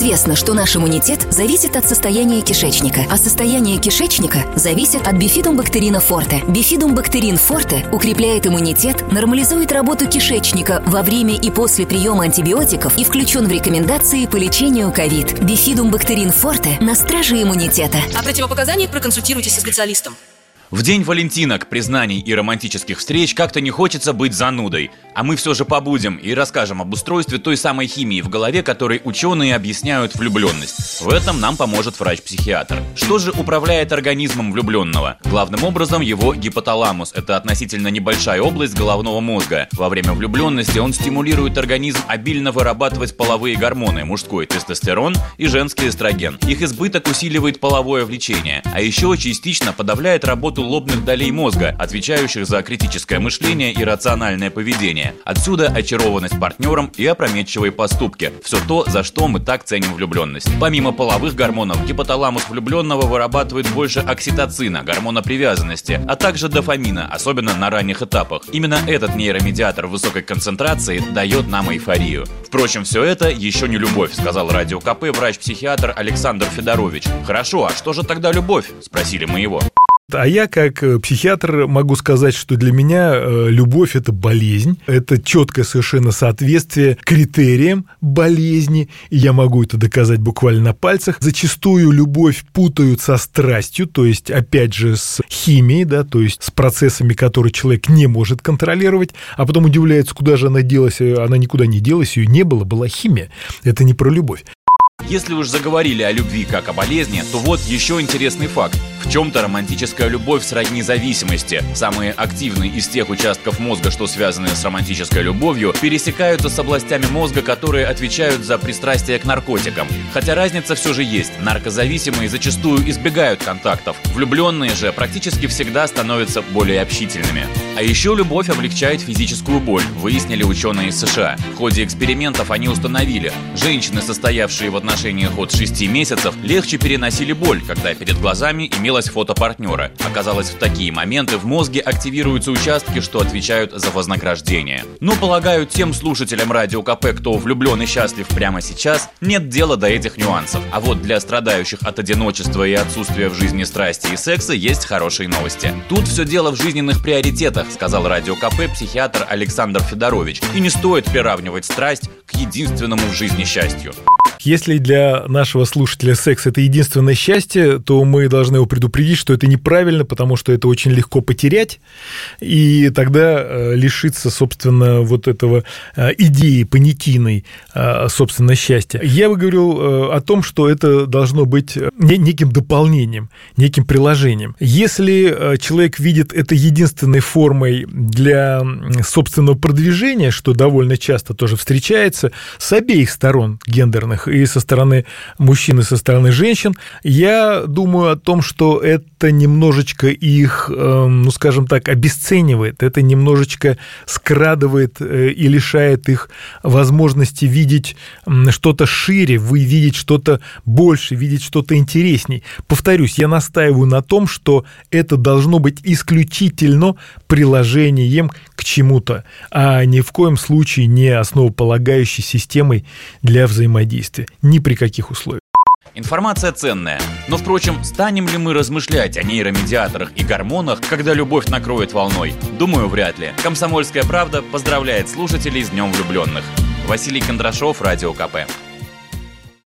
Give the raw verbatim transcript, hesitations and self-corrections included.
Известно, что наш иммунитет зависит от состояния кишечника, а состояние кишечника зависит от бифидумбактерина форте. Бифидумбактерин форте укрепляет иммунитет, нормализует работу кишечника во время и после приема антибиотиков и включен в рекомендации по лечению ковид. Бифидумбактерин форте на страже иммунитета. О противопоказаниях проконсультируйтесь со специалистом. В день валентинок, признаний и романтических встреч как-то не хочется быть занудой. А мы все же побудем и расскажем об устройстве той самой химии в голове, которой ученые объясняют влюбленность. В этом нам поможет врач-психиатр. Что же управляет организмом влюбленного? Главным образом его гипоталамус. Это относительно небольшая область головного мозга. Во время влюбленности он стимулирует организм обильно вырабатывать половые гормоны, мужской тестостерон и женский эстроген. Их избыток усиливает половое влечение, а еще частично подавляет работу лобных долей мозга, отвечающих за критическое мышление и рациональное поведение. Отсюда очарованность партнером и опрометчивые поступки. Все то, за что мы так ценим влюбленность. Помимо половых гормонов, гипоталамус влюбленного вырабатывает больше окситоцина, гормона привязанности, а также дофамина, особенно на ранних этапах. Именно этот нейромедиатор высокой концентрации дает нам эйфорию. Впрочем, все это еще не любовь, сказал Радио КП врач-психиатр Александр Федорович. Хорошо, а что же тогда любовь? Спросили мы его. А я, как психиатр, могу сказать, что для меня любовь – это болезнь, это четкое совершенно соответствие критериям болезни, и я могу это доказать буквально на пальцах. Зачастую любовь путают со страстью, то есть, опять же, с химией, да, то есть с процессами, которые человек не может контролировать, а потом удивляется, куда же она делась, она никуда не делась, ее не было, была химия. Это не про любовь. Если уж заговорили о любви как о болезни, то вот еще интересный факт. В чем-то романтическая любовь сродни зависимости. Самые активные из тех участков мозга, что связаны с романтической любовью, пересекаются с областями мозга, которые отвечают за пристрастие к наркотикам. Хотя разница все же есть. Наркозависимые зачастую избегают контактов. Влюбленные же практически всегда становятся более общительными. А еще любовь облегчает физическую боль, выяснили ученые из США. В ходе экспериментов они установили, женщины, состоявшие в отношениях от шести месяцев, легче переносили боль, когда перед глазами имелось фото партнера. Оказалось, в такие моменты в мозге активируются участки, что отвечают за вознаграждение. Но, полагаю, тем слушателям Радио КП, кто влюблен и счастлив прямо сейчас, нет дела до этих нюансов. А вот для страдающих от одиночества и отсутствия в жизни страсти и секса есть хорошие новости. Тут все дело в жизненных приоритетах, сказал Радио КП психиатр Александр Федорович. И не стоит приравнивать страсть к единственному в жизни счастью. Если для нашего слушателя секс – это единственное счастье, то мы должны его предупредить, что это неправильно, потому что это очень легко потерять, и тогда лишиться, собственно, вот этого идеи понятийной, собственно, счастья. Я бы говорил о том, что это должно быть неким дополнением, неким приложением. Если человек видит это единственной формой для собственного продвижения, что довольно часто тоже встречается с обеих сторон гендерных, и со стороны мужчин, и со стороны женщин, я думаю о том, что это немножечко их, ну, скажем так, обесценивает, это немножечко скрадывает и лишает их возможности видеть что-то шире, вы видеть что-то больше, видеть что-то интересней. Повторюсь, я настаиваю на том, что это должно быть исключительно приложением к чему-то, а ни в коем случае не основополагающей системой для взаимодействия. Ни при каких условиях. Информация ценная. Но, впрочем, станем ли мы размышлять о нейромедиаторах и гормонах, когда любовь накроет волной? Думаю, вряд ли. «Комсомольская правда» поздравляет слушателей с Днем влюбленных. Василий Кондрашов, Радио КП.